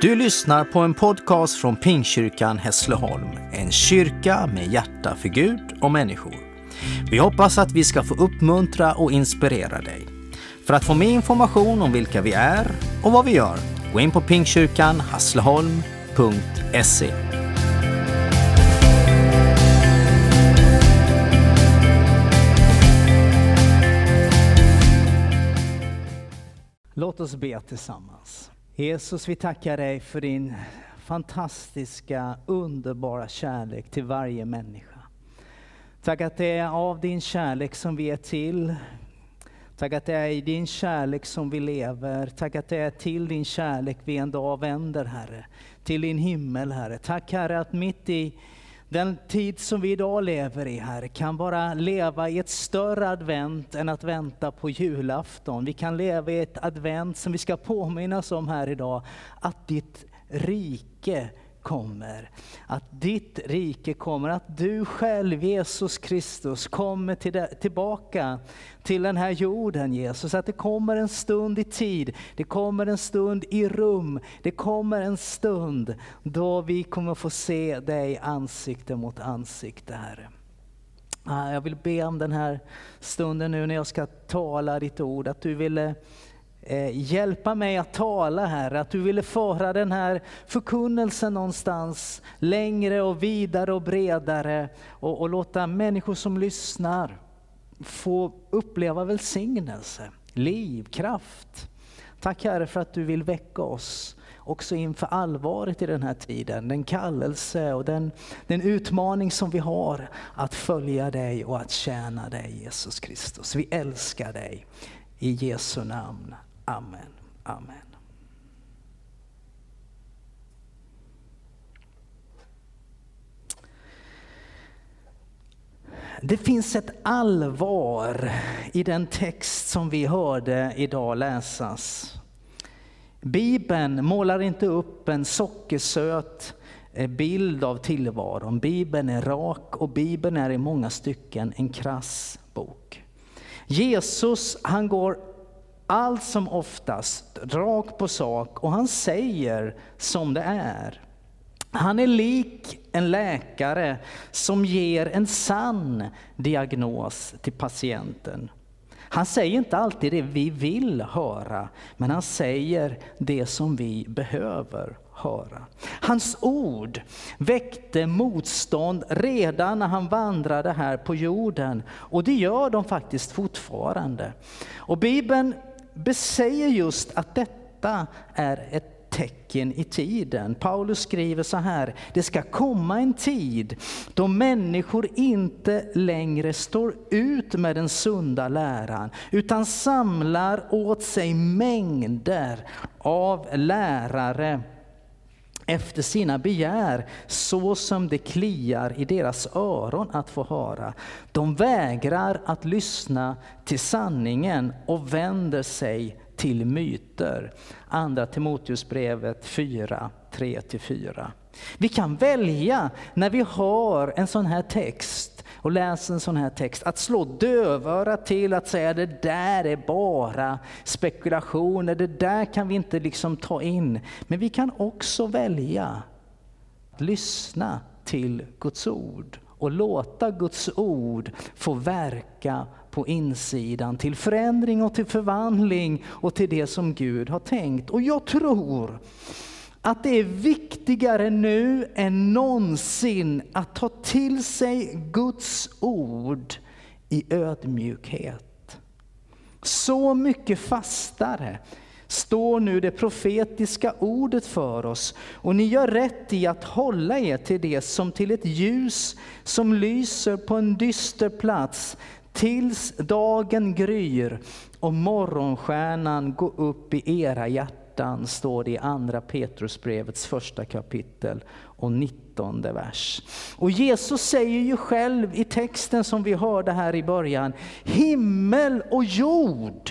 Du lyssnar på en podcast från Pingstkyrkan Hässleholm, en kyrka med hjärta för Gud och människor. Vi hoppas att vi ska få uppmuntra och inspirera dig. För att få mer information om vilka vi är och vad vi gör, gå in på pingstkyrkanhässleholm.se. Låt oss be tillsammans. Jesus, vi tackar dig för din fantastiska, underbara kärlek till varje människa. Tack att det är av din kärlek som vi är till. Tack att det är i din kärlek som vi lever. Tack att det är till din kärlek vi en dag vänder, Herre. Till din himmel, Herre. Tack, Herre, att mitt i den tid som vi idag lever i, Herre, kan bara leva i ett större advent än att vänta på julafton. Vi kan leva i ett advent som vi ska påminnas om här idag. Att ditt rike kommer. Att ditt rike kommer. Att du själv, Jesus Kristus, kommer tillbaka till den här jorden, Jesus. Att det kommer en stund i tid. Det kommer en stund i rum. Det kommer en stund då vi kommer få se dig ansikte mot ansikte, Herre. Jag vill be om den här stunden nu när jag ska tala ditt ord. Att du ville hjälpa mig att tala, Herre. Att du ville föra den här förkunnelsen någonstans längre och vidare och bredare. Och låta människor som lyssnar få uppleva välsignelse, liv, kraft. Tack, Herre, för att du vill väcka oss också inför allvaret i den här tiden. Den kallelse och den utmaning som vi har att följa dig och att tjäna dig, Jesus Kristus. Vi älskar dig. I Jesu namn. Amen. Amen. Det finns ett allvar i den text som vi hörde idag läsas. Bibeln målar inte upp en sockersöt bild av tillvaron. Bibeln är rak och Bibeln är i många stycken en krass bok. Jesus, han går allt som oftast rakt på sak och han säger som det är. Han är lik en läkare som ger en sann diagnos till patienten. Han säger inte alltid det vi vill höra, men han säger det som vi behöver höra. Hans ord väckte motstånd redan när han vandrade här på jorden, och det gör de faktiskt fortfarande. Och Bibeln besäger just att detta är ett tecken i tiden. Paulus skriver så här: det ska komma en tid då människor inte längre står ut med den sunda läran, utan samlar åt sig mängder av lärare efter sina begär, så som det kliar i deras öron att få höra. De vägrar att lyssna till sanningen och vänder sig till myter. Andra Timoteusbrevet 4, 3-4. Vi kan välja när vi hör en sån här text och läser en sån här text att slå dövöra till, att säga det där är bara spekulationer, det där kan vi inte liksom ta in. Men vi kan också välja att lyssna till Guds ord och låta Guds ord få verka på insidan till förändring och till förvandling och till det som Gud har tänkt. Och jag tror att det är viktigare nu än någonsin att ta till sig Guds ord i ödmjukhet. Så mycket fastare står nu det profetiska ordet för oss, och ni gör rätt i att hålla er till det som till ett ljus som lyser på en dyster plats tills dagen gryr och morgonstjärnan går upp i era hjärtan, står det i andra Petrusbrevets 1 kapitel och 19 vers. Och Jesus säger ju själv i texten som vi hörde här i början: himmel och jord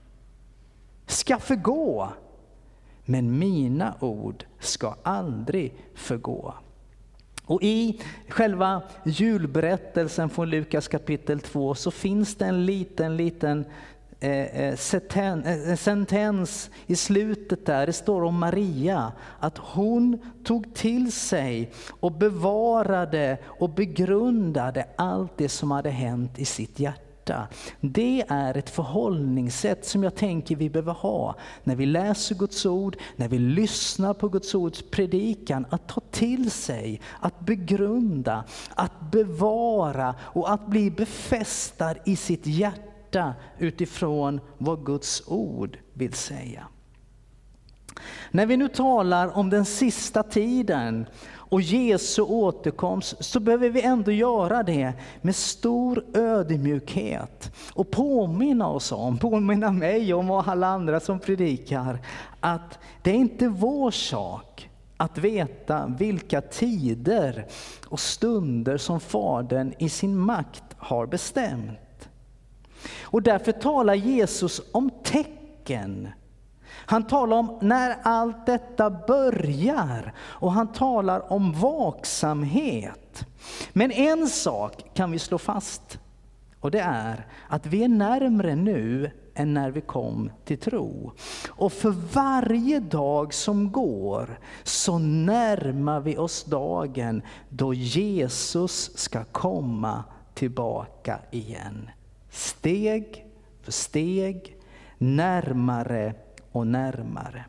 ska förgå, men mina ord ska aldrig förgå. Och i själva julberättelsen från Lukas kapitel 2 så finns det en liten sentens i slutet där, det står om Maria, att hon tog till sig och bevarade och begrundade allt det som hade hänt i sitt hjärta. Det är ett förhållningssätt som jag tänker vi behöver ha när vi läser Guds ord, när vi lyssnar på Guds ords predikan, att ta till sig, att begrunda, att bevara och att bli befästad i sitt hjärta utifrån vad Guds ord vill säga. När vi nu talar om den sista tiden och Jesu återkomst, så behöver vi ändå göra det med stor ödmjukhet och påminna mig om och alla andra som predikar, att det är inte vår sak att veta vilka tider och stunder som Fadern i sin makt har bestämt. Och därför talar Jesus om tecken. Han talar om när allt detta börjar, och han talar om vaksamhet. Men en sak kan vi slå fast, och det är att vi är närmare nu än när vi kom till tro. Och för varje dag som går så närmar vi oss dagen då Jesus ska komma tillbaka igen. Steg för steg, närmare och närmare.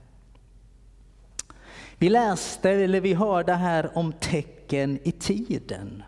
Vi hörde här om tecken i tiden.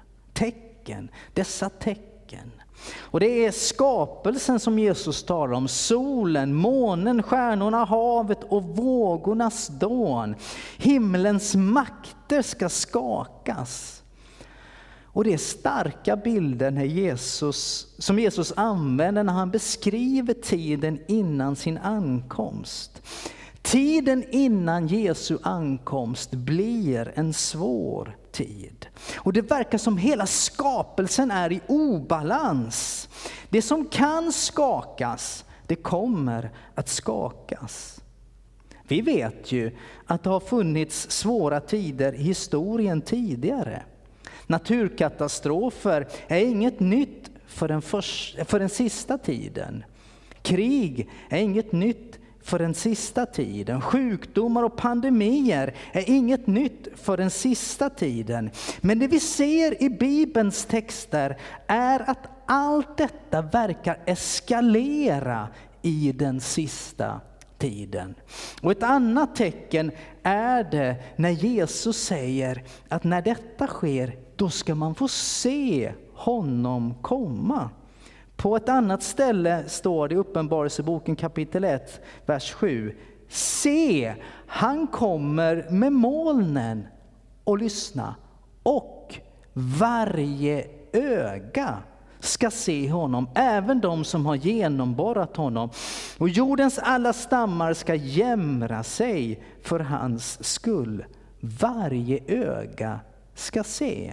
Dessa tecken. Och det är skapelsen som Jesus talar om. Solen, månen, stjärnorna, havet och vågornas dån. Himlens makter ska skakas. Och det är starka bilder som Jesus använder när han beskriver tiden innan sin ankomst. Tiden innan Jesu ankomst blir en svår tid. Och det verkar som hela skapelsen är i obalans. Det som kan skakas, det kommer att skakas. Vi vet ju att det har funnits svåra tider i historien tidigare. Naturkatastrofer är inget nytt för den sista tiden. Krig är inget nytt för den sista tiden. Sjukdomar och pandemier är inget nytt för den sista tiden. Men det vi ser i Bibelns texter är att allt detta verkar eskalera i den sista tiden. Och ett annat tecken är det när Jesus säger att när detta sker, då ska man få se honom komma. På ett annat ställe står det i Uppenbarelseboken kapitel 1, vers 7. Se, han kommer med molnen, och lyssna, och varje öga ska se honom, även de som har genomborrat honom. Och jordens alla stammar ska jämra sig för hans skull. Varje öga ska se.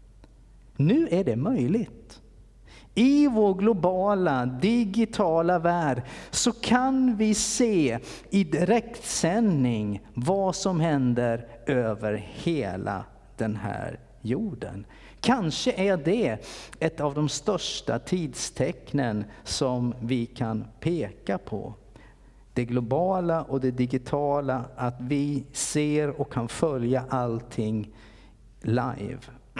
Nu är det möjligt. I vår globala, digitala värld så kan vi se i direktsändning vad som händer över hela den här jorden. Kanske är det ett av de största tidstecknen som vi kan peka på. Det globala och det digitala, att vi ser och kan följa allting live.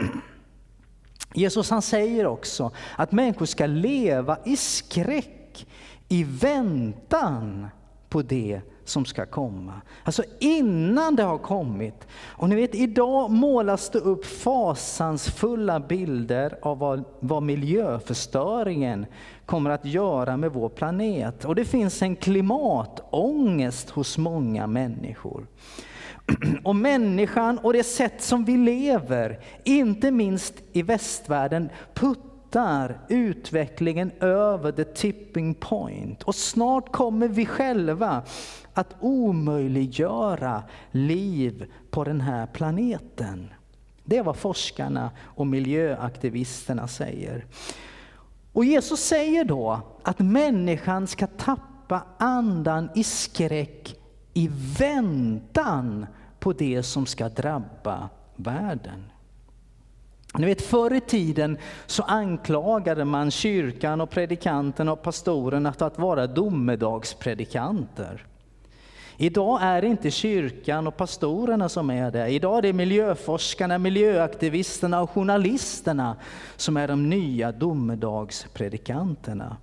Jesus han säger också att människor ska leva i skräck i väntan på det som ska komma. Alltså innan det har kommit. Och ni vet, idag målas det upp fasansfulla bilder av vad miljöförstöringen kommer att göra med vår planet. Och det finns en klimatångest hos många människor. Och människan och det sätt som vi lever, inte minst i västvärlden, puttar utvecklingen över the tipping point. Och snart kommer vi själva att omöjliggöra liv på den här planeten. Det är vad forskarna och miljöaktivisterna säger. Och Jesus säger då att människan ska tappa andan i skräck i väntan på det som ska drabba världen. Ni vet, förr i tiden så anklagade man kyrkan och predikanterna och pastorerna att vara domedagspredikanter. Idag är det inte kyrkan och pastorerna som är det. Idag är det miljöforskarna, miljöaktivisterna och journalisterna som är de nya domedagspredikanterna.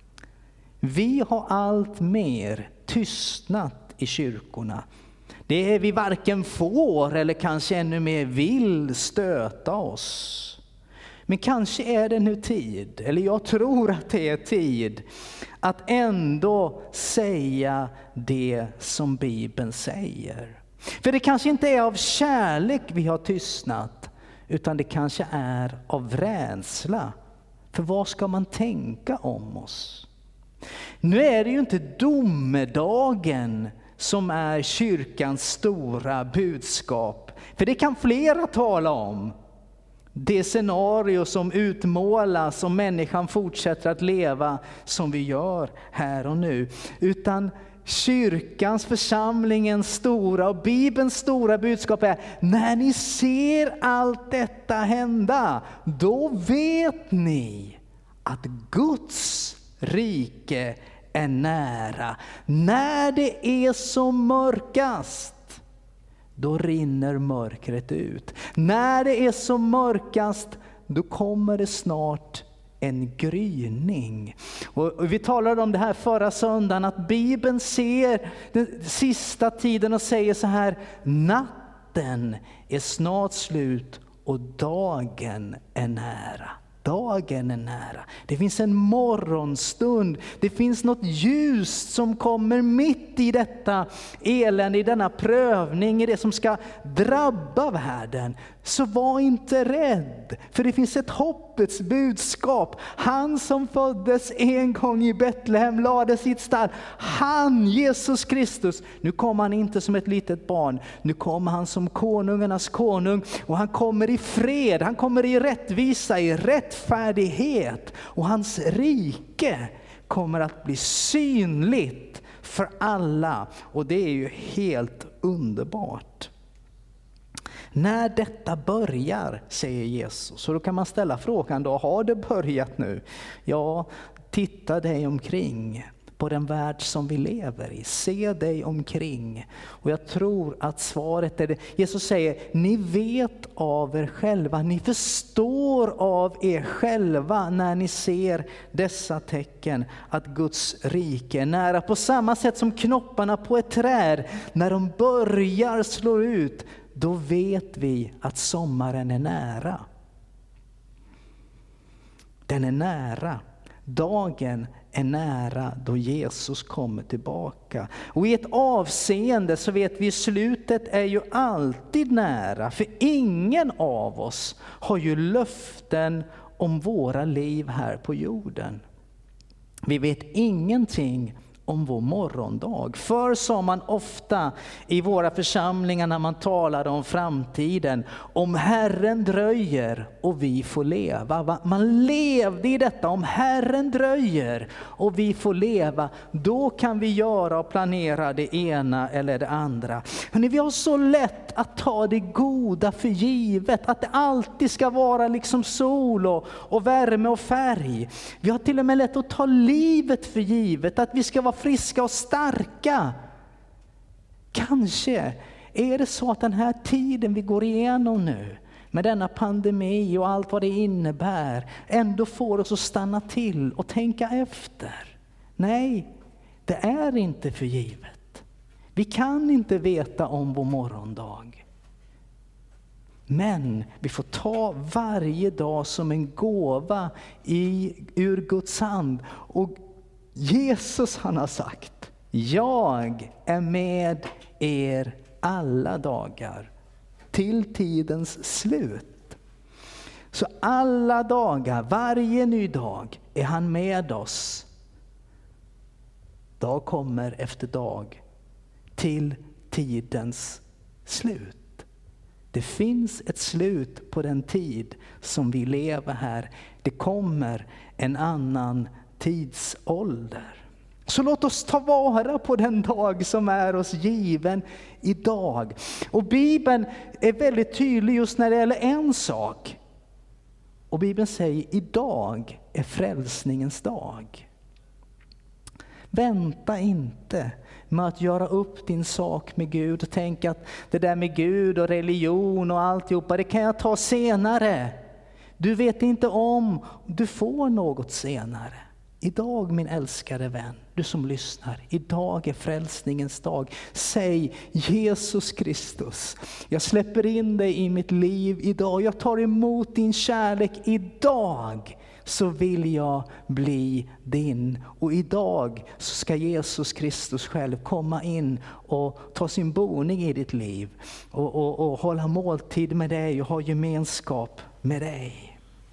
Vi har allt mer tystnat i kyrkorna. Det är vi varken får eller kanske ännu mer vill stöta oss. Men kanske är det nu tid, eller jag tror att det är tid, att ändå säga det som Bibeln säger. För det kanske inte är av kärlek vi har tystnat, utan det kanske är av rädsla. För vad ska man tänka om oss? Nu är det ju inte domedagen som är kyrkans stora budskap. För det kan flera tala om. Det scenario som utmålas om människan fortsätter att leva som vi gör här och nu. Utan kyrkans, församlingens stora och Bibelns stora budskap är: när ni ser allt detta hända, då vet ni att Guds rike är nära. När det är som mörkast, då rinner mörkret ut. När det är som mörkast, då kommer det snart en gryning. Och vi talade om det här förra söndagen, att Bibeln ser den sista tiden och säger så här: natten är snart slut och dagen är nära. Dagen är nära. Det finns en morgonstund. Det finns något ljus som kommer mitt i detta elände, i denna prövning, i det som ska drabba världen. Så var inte rädd, för det finns ett hoppets budskap. Han som föddes en gång i Betlehem, lade sitt stall. Han, Jesus Kristus, nu kommer han inte som ett litet barn. Nu kommer han som konungarnas konung, och han kommer i fred, han kommer i rättvisa, i rättfärdighet. Och hans rike kommer att bli synligt för alla, och det är ju helt underbart. När detta börjar, säger Jesus. Så då kan man ställa frågan då: har det börjat nu? Ja, titta dig omkring på den värld som vi lever i. Se dig omkring. Och jag tror att svaret är det. Jesus säger: ni vet av er själva, ni förstår av er själva när ni ser dessa tecken att Guds rike är nära. På samma sätt som knopparna på ett träd, när de börjar slå ut, då vet vi att sommaren är nära. Den är nära. Dagen är nära då Jesus kommer tillbaka. Och i ett avseende så vet vi, slutet är ju alltid nära. För ingen av oss har ju löften om våra liv här på jorden. Vi vet ingenting om vår morgondag. Förr sa man ofta i våra församlingar när man talade om framtiden: om Herren dröjer och vi får leva. Man levde i detta: om Herren dröjer och vi får leva, då kan vi göra och planera det ena eller det andra. Hörrni, vi har så lätt att ta det goda för givet, att det alltid ska vara liksom sol och värme och färg. Vi har till och med lätt att ta livet för givet, att vi ska vara friska och starka. Kanske är det så att den här tiden vi går igenom nu, med denna pandemi och allt vad det innebär, ändå får oss att stanna till och tänka efter. Nej, det är inte för givet. Vi kan inte veta om vår morgondag. Men vi får ta varje dag som en gåva ur Guds hand. Och Jesus, han har sagt: jag är med er alla dagar till tidens slut. Så alla dagar, varje ny dag är han med oss. Dag kommer efter dag till tidens slut. Det finns ett slut på den tid som vi lever här. Det kommer en annan tidsålder. Så låt oss ta vara på den dag som är oss given idag. Och Bibeln är väldigt tydlig just när det gäller en sak. Och Bibeln säger, idag är frälsningens dag. Vänta inte med att göra upp din sak med Gud och tänka att det där med Gud och religion och alltihopa, det kan jag ta senare. Du vet inte om du får något senare. Idag, min älskade vän, du som lyssnar, idag är frälsningens dag. Säg, Jesus Kristus, jag släpper in dig i mitt liv idag. Jag tar emot din kärlek idag. Så vill jag bli din. Och idag så ska Jesus Kristus själv komma in och ta sin boning i ditt liv. Och hålla måltid med dig och ha gemenskap med dig.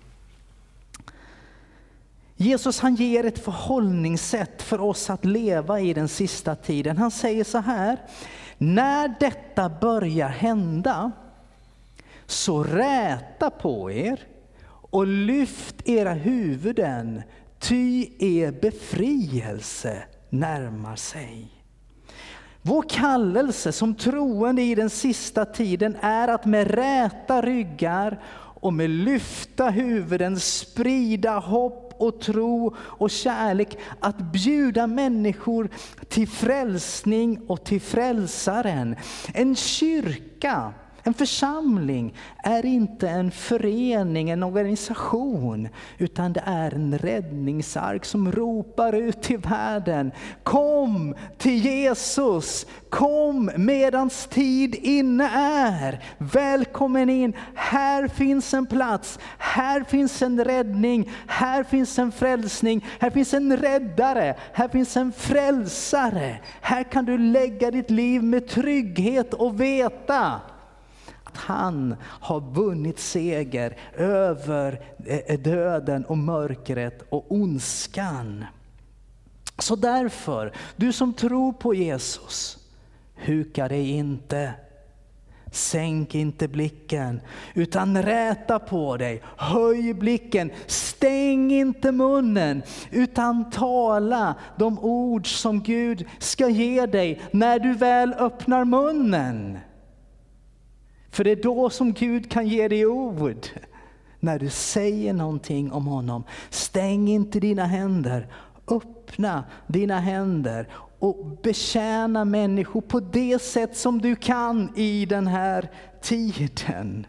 Jesus, han ger ett förhållningssätt för oss att leva i den sista tiden. Han säger så här: när detta börjar hända, så räta på er och lyft era huvuden, ty er befrielse närmar sig. Vår kallelse som troende i den sista tiden är att med räta ryggar och med lyfta huvuden sprida hopp och tro och kärlek, att bjuda människor till frälsning och till frälsaren. En kyrka, en församling, är inte en förening, en organisation, utan det är en räddningsark som ropar ut till världen: kom till Jesus, kom medans tid inne är. Välkommen in, här finns en plats, här finns en räddning, här finns en frälsning, här finns en räddare, här finns en frälsare. Här kan du lägga ditt liv med trygghet och veta att han har vunnit seger över döden och mörkret och ondskan. Så därför, du som tror på Jesus, huka dig inte. Sänk inte blicken, utan räta på dig. Höj blicken, stäng inte munnen, utan tala de ord som Gud ska ge dig när du väl öppnar munnen. För det är då som Gud kan ge dig ord. När du säger någonting om honom. Stäng inte dina händer. Öppna dina händer. Och betjäna människor på det sätt som du kan i den här tiden.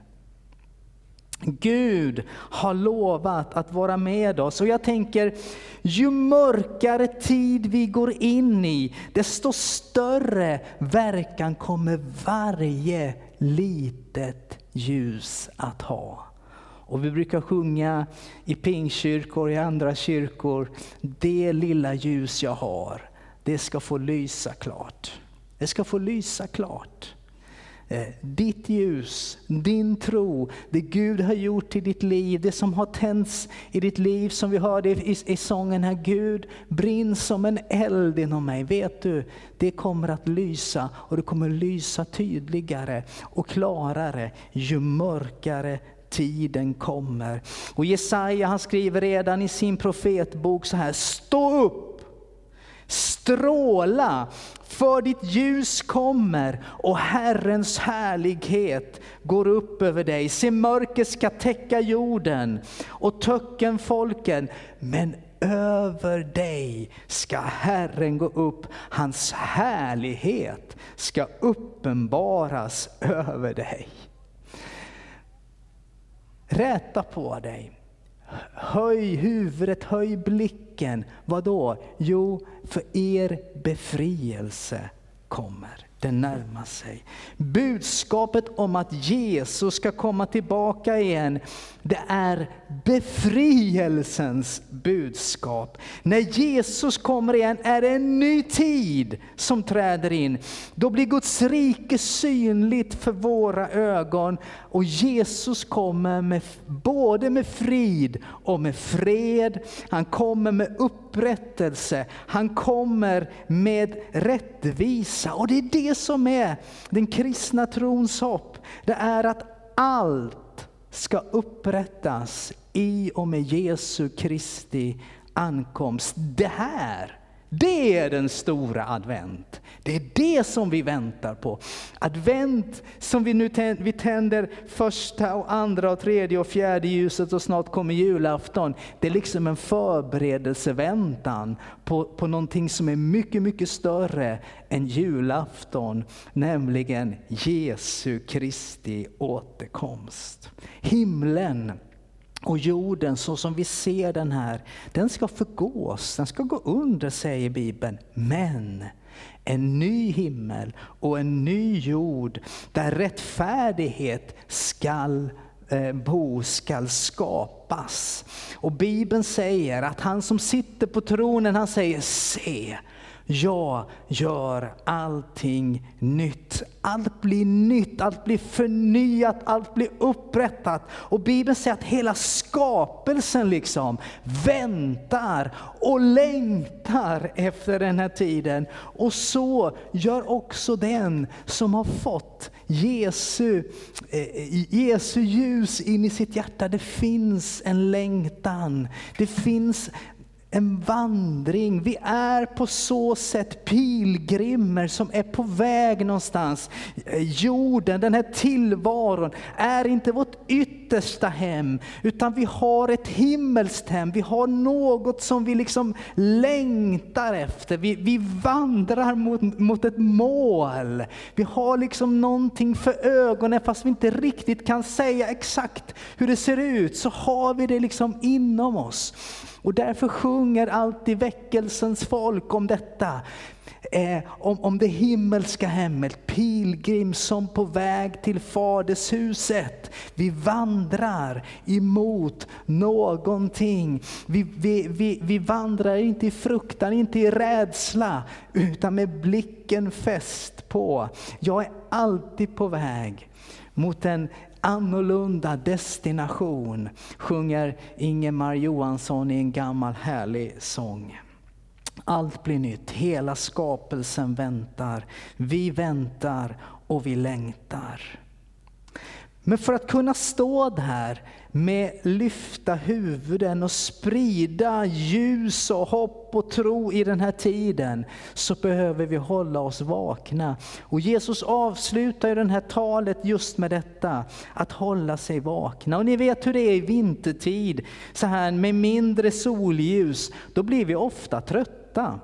Gud har lovat att vara med oss. Och jag tänker, ju mörkare tid vi går in i, desto större verkan kommer varje litet ljus att ha. Och vi brukar sjunga i pingkyrkor och i andra kyrkor: det lilla ljus jag har, det ska få lysa klart. Det ska få lysa klart. Ditt ljus, din tro, det Gud har gjort i ditt liv, det som har tänts i ditt liv, som vi hörde i sången här: Gud, brinn som en eld inom mig. Vet du, det kommer att lysa, och det kommer lysa tydligare och klarare ju mörkare tiden kommer. Och Jesaja, han skriver redan i sin profetbok så här: stå upp, stråla, för ditt ljus kommer och Herrens härlighet går upp över dig. Se, mörker ska täcka jorden och töcken folken, men över dig ska Herren gå upp. Hans härlighet ska uppenbaras över dig. Räta på dig. Höj huvudet, höj blicken. Vad då? Jo, för er befrielse kommer. Den närmar sig. Budskapet om att Jesus ska komma tillbaka igen, det är befrielsens budskap. När Jesus kommer igen är det en ny tid som träder in. Då blir Guds rike synligt för våra ögon. Och Jesus kommer både med frid och med fred. Han kommer med upprättelse. Han kommer med rättvisa. Och det är det som är den kristna trons hopp. Det är att allt ska upprättas i och med Jesu Kristi ankomst. Det är den stora advent. Det är det som vi väntar på. Advent som vi tänder första och andra och tredje och fjärde ljuset och snart kommer julafton. Det är liksom en förberedelseväntan på någonting som är mycket, mycket större än julafton. Nämligen Jesu Kristi återkomst. Himlen och jorden så som vi ser den här, den ska förgås, den ska gå under, säger Bibeln. Men en ny himmel och en ny jord där rättfärdighet skall skapas. Och Bibeln säger att han som sitter på tronen, han säger: se, jag gör allting nytt. Allt blir nytt, allt blir förnyat, allt blir upprättat. Och Bibeln säger att hela skapelsen liksom väntar och längtar efter den här tiden. Och så gör också den som har fått Jesu ljus in i sitt hjärta. Det finns en längtan, det finns en vandring. Vi är på så sätt pilgrimer som är på väg någonstans. Jorden, den här tillvaron, är inte vårt yttersta hem, utan vi har ett himmelskt hem. Vi har något som vi liksom längtar efter. Vi vandrar mot ett mål. Vi har liksom någonting för ögonen, fast vi inte riktigt kan säga exakt hur det ser ut, så har vi det liksom inom oss. Och därför sjunger alltid väckelsens folk om detta. Om det himmelska hemmet, pilgrim som på väg till fadershuset. Vi vandrar emot någonting. Vi vandrar inte i fruktan, inte i rädsla, utan med blicken fäst på: jag är alltid på väg mot en annorlunda destination, sjunger Ingemar Johansson i en gammal härlig sång. Allt blir nytt, hela skapelsen väntar. Vi väntar och vi längtar. Men för att kunna stå där med lyfta huvuden och sprida ljus och hopp och tro i den här tiden, så behöver vi hålla oss vakna. Och Jesus avslutar ju den här talet just med detta, att hålla sig vakna. Och ni vet hur det är i vintertid, så här med mindre solljus, då blir vi ofta trötta.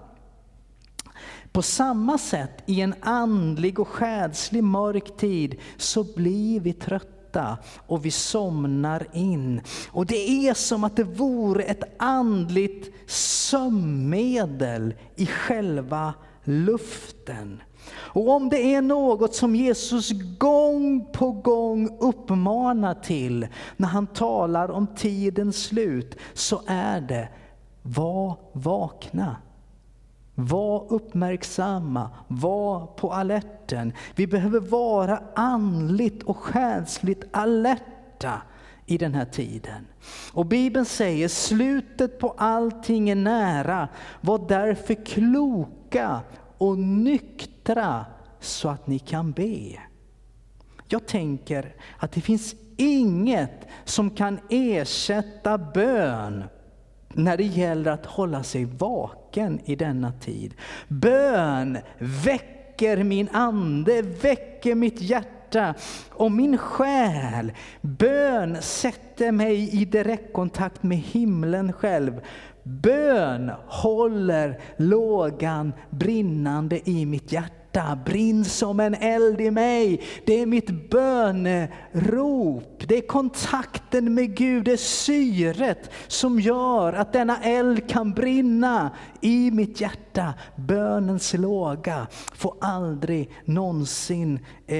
På samma sätt i en andlig och själslig mörk tid så blir vi trötta och vi somnar in. Och det är som att det vore ett andligt sömnmedel i själva luften. Och om det är något som Jesus gång på gång uppmanar till när han talar om tidens slut, så är det: var vakna. Var uppmärksamma, var på alerten. Vi behöver vara andligt och själsligt alerta i den här tiden. Och Bibeln säger: slutet på allting är nära. Var därför kloka och nyktra så att ni kan be. Jag tänker att det finns inget som kan ersätta bön när det gäller att hålla sig vaken i denna tid. Bön väcker min ande, väcker mitt hjärta och min själ. Bön sätter mig i direktkontakt med himlen själv. Bön håller lågan brinnande i mitt hjärta. Brinn som en eld i mig. Det är mitt bönerop. Det är kontakten med Gud. Det är syret som gör att denna eld kan brinna i mitt hjärta. Bönens låga får aldrig någonsin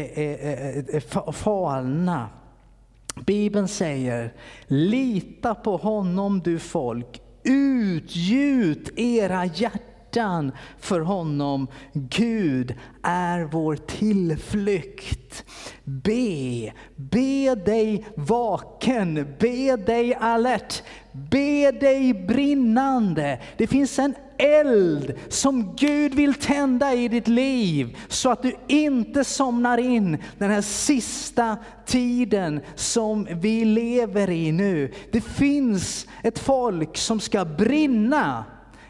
falna. Bibeln säger: lita på honom du folk. Utgjut era hjärtan för honom. Gud är vår tillflykt. Be dig vaken, be dig alert, be dig brinnande. Det finns en eld som Gud vill tända i ditt liv, så att du inte somnar in den här sista tiden som vi lever i nu. Det finns ett folk som ska brinna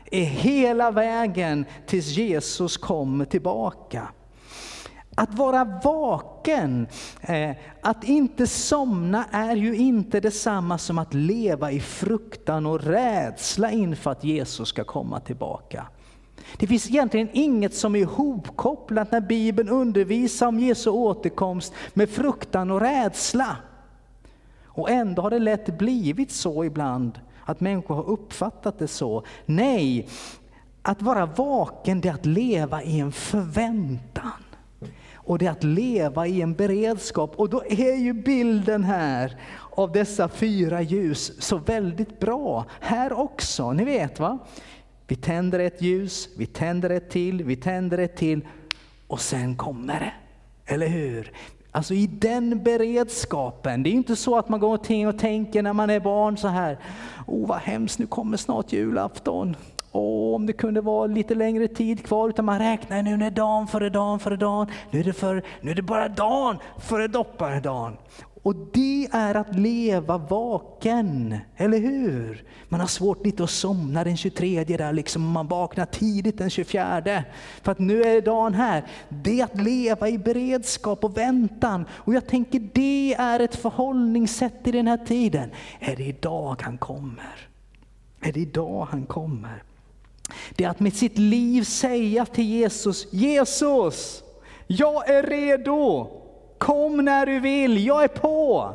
är hela vägen tills Jesus kommer tillbaka. Att vara vaken, att inte somna är ju inte detsamma som att leva i fruktan och rädsla inför att Jesus ska komma tillbaka. Det finns egentligen inget som är ihopkopplat när Bibeln undervisar om Jesu återkomst med fruktan och rädsla. Och ändå har det lätt blivit så ibland att människor har uppfattat det så. Nej, att vara vaken, det är att leva i en förväntan. Och det är att leva i en beredskap. Och då är ju bilden här av dessa 4 ljus så väldigt bra. Här också, ni vet va? Vi tänder ett ljus, vi tänder ett till, vi tänder ett till. Och sen kommer det. Eller hur? Alltså i den beredskapen. Det är inte så att man går omkring och tänker när man är barn så här. Vad hemskt, nu kommer snart julafton. Om det kunde vara lite längre tid kvar, utan man räknar nu är dagen före dagen före dagen. Nu är det bara dagen före dopparedagen. Och det är att leva vaken, eller hur? Man har svårt lite att somna den 23 där liksom, man vaknar tidigt den 24. För att nu är dagen här. Det är att leva i beredskap och väntan. Och jag tänker det är ett förhållningssätt i den här tiden. Är det idag han kommer? Är det idag han kommer? Det är att med sitt liv säga till Jesus: Jesus, jag är redo. Kom när du vill, jag är på.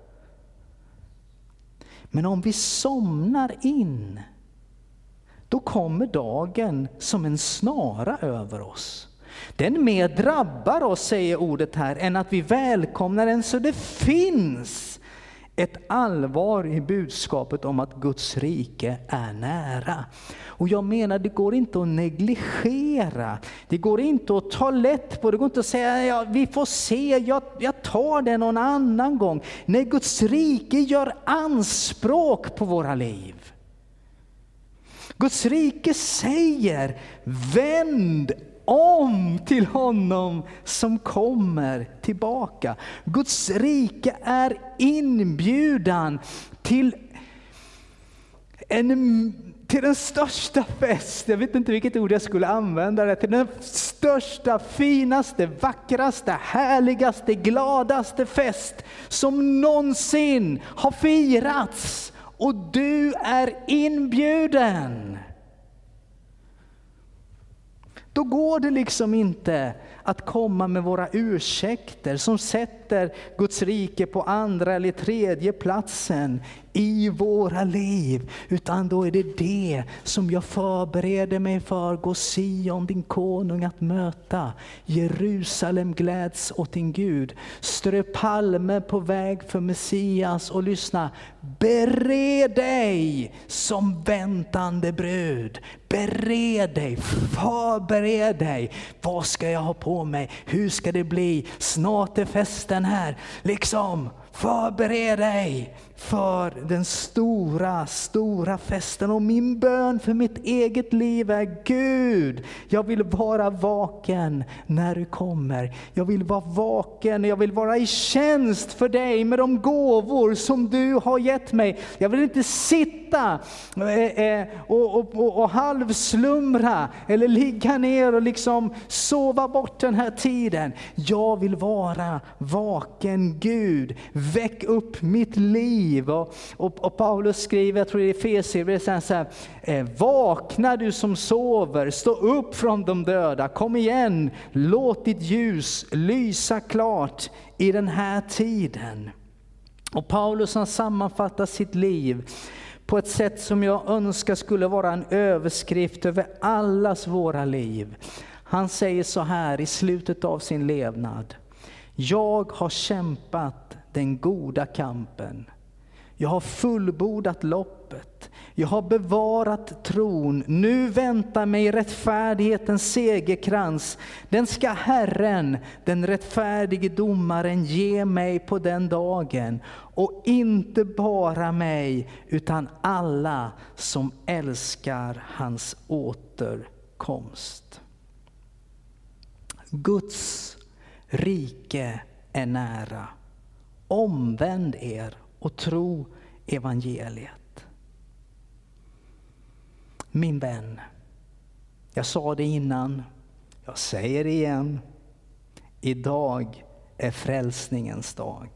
Men om vi somnar in, då kommer dagen som en snara över oss. Den mer drabbar oss, säger ordet här, än att vi välkomnar den. Så det finns ett allvar i budskapet om att Guds rike är nära. Och jag menar, det går inte att negligera. Det går inte att ta lätt på det. Det går inte att säga, ja, vi får se, jag tar det någon annan gång. Nej, Guds rike gör anspråk på våra liv. Guds rike säger, vänd om till honom som kommer tillbaka. Guds rike är inbjudan till den största fest. Jag vet inte vilket ord jag skulle använda det. Till den största, finaste, vackraste, härligaste, gladaste fest som någonsin har firats. Och du är inbjuden. Då går det liksom inte att komma med våra ursäkter som sätter Guds rike på andra eller tredje platsen i våra liv. Utan då är det som jag förbereder mig för. Gå Sion, din konung att möta. Jerusalem gläds åt din Gud. Strö palmer på väg för Messias och lyssna. Bered dig som väntande brud. Bered dig, förbered dig. Vad ska jag ha på mig? Hur ska det bli? Snart är festen här. Liksom, förbered dig för den stora festen. Och min bön för mitt eget liv är: Gud, jag vill vara vaken när du kommer. Jag vill vara vaken, jag vill vara i tjänst för dig med de gåvor som du har gett mig. Jag vill inte sitta och halvslumra eller ligga ner och liksom sova bort den här tiden. Jag vill vara vaken. Gud, väck upp mitt liv. Och Paulus skriver, jag tror det är Efesierbrevet, så här: vakna du som sover, stå upp från de döda, kom igen, låt ditt ljus lysa klart i den här tiden. Och Paulus han sammanfattar sitt liv på ett sätt som jag önskar skulle vara en överskrift över allas våra liv. Han säger så här i slutet av sin levnad: jag har kämpat den goda kampen. Jag har fullbordat loppet. Jag har bevarat tron. Nu väntar mig rättfärdighetens segerkrans. Den ska Herren, den rättfärdige domaren, ge mig på den dagen. Och inte bara mig, utan alla som älskar hans återkomst. Guds rike är nära. Omvänd er och tro evangeliet. Min vän, jag sa det innan, jag säger det igen. Idag är frälsningens dag.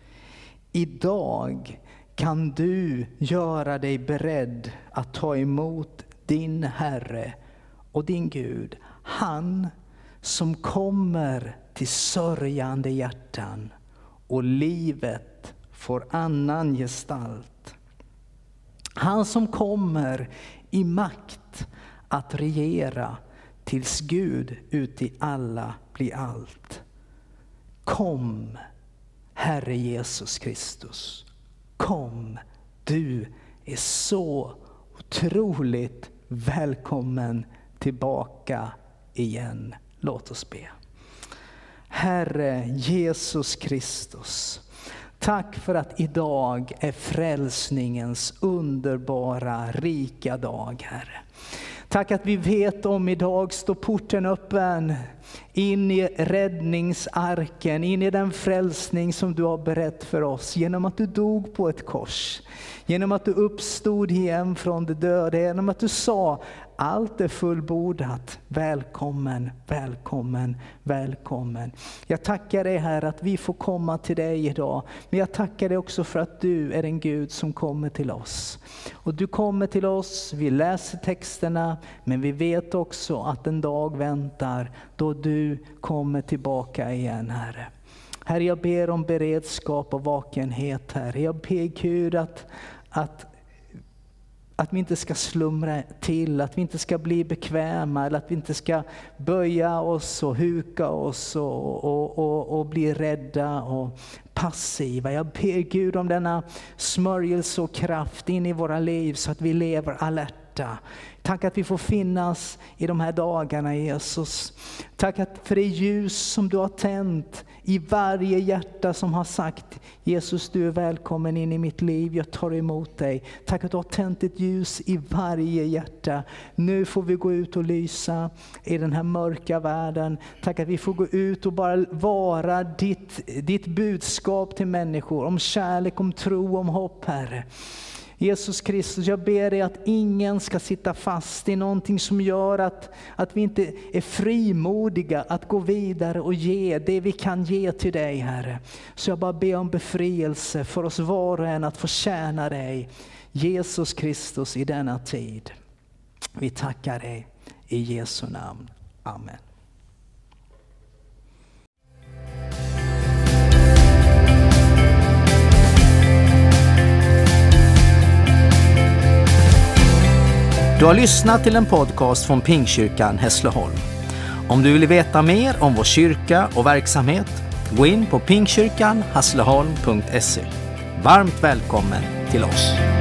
Idag kan du göra dig beredd att ta emot din Herre och din Gud. Han som kommer till sörjande hjärtan och livet får annan gestalt. Han som kommer i makt att regera tills Gud ut i alla blir allt. Kom, Herre Jesus Kristus. Kom, du är så otroligt välkommen tillbaka igen. Låt oss be. Herre Jesus Kristus, tack för att idag är frälsningens underbara, rika dag, Herre. Tack att vi vet om idag står porten öppen in i räddningsarken, in i den frälsning som du har berett för oss genom att du dog på ett kors. Genom att du uppstod igen från de döda, genom att du sa allt är fullbordat. Välkommen, välkommen, välkommen. Jag tackar dig, Herre, att vi får komma till dig idag. Men jag tackar dig också för att du är en Gud som kommer till oss. Och du kommer till oss, vi läser texterna, men vi vet också att en dag väntar då du kommer tillbaka igen, Herre. Herre, jag ber om beredskap och vakenhet, Herre. Jag ber Gud att vi inte ska slumra till, att vi inte ska bli bekväma, eller att vi inte ska böja oss och huka oss och bli rädda och passiva. Jag ber Gud om denna smörjelse och kraft in i våra liv så att vi lever alerta. Tack att vi får finnas i de här dagarna, Jesus. Tack att för det ljus som du har tänt i varje hjärta som har sagt: Jesus, du är välkommen in i mitt liv, jag tar emot dig. Tack att du har tänt ett ljus i varje hjärta. Nu får vi gå ut och lysa i den här mörka världen. Tack att vi får gå ut och bara vara ditt budskap till människor om kärlek, om tro, om hopp, Herre. Jesus Kristus, jag ber dig att ingen ska sitta fast i någonting som gör att vi inte är frimodiga att gå vidare och ge det vi kan ge till dig, Herre. Så jag bara ber om befrielse för oss var och en att få tjäna dig, Jesus Kristus, i denna tid. Vi tackar dig i Jesu namn. Amen. Du har lyssnat till en podcast från Pingstkyrkan Hässleholm. Om du vill veta mer om vår kyrka och verksamhet, gå in på pingstkyrkanhässleholm.se. Varmt välkommen till oss.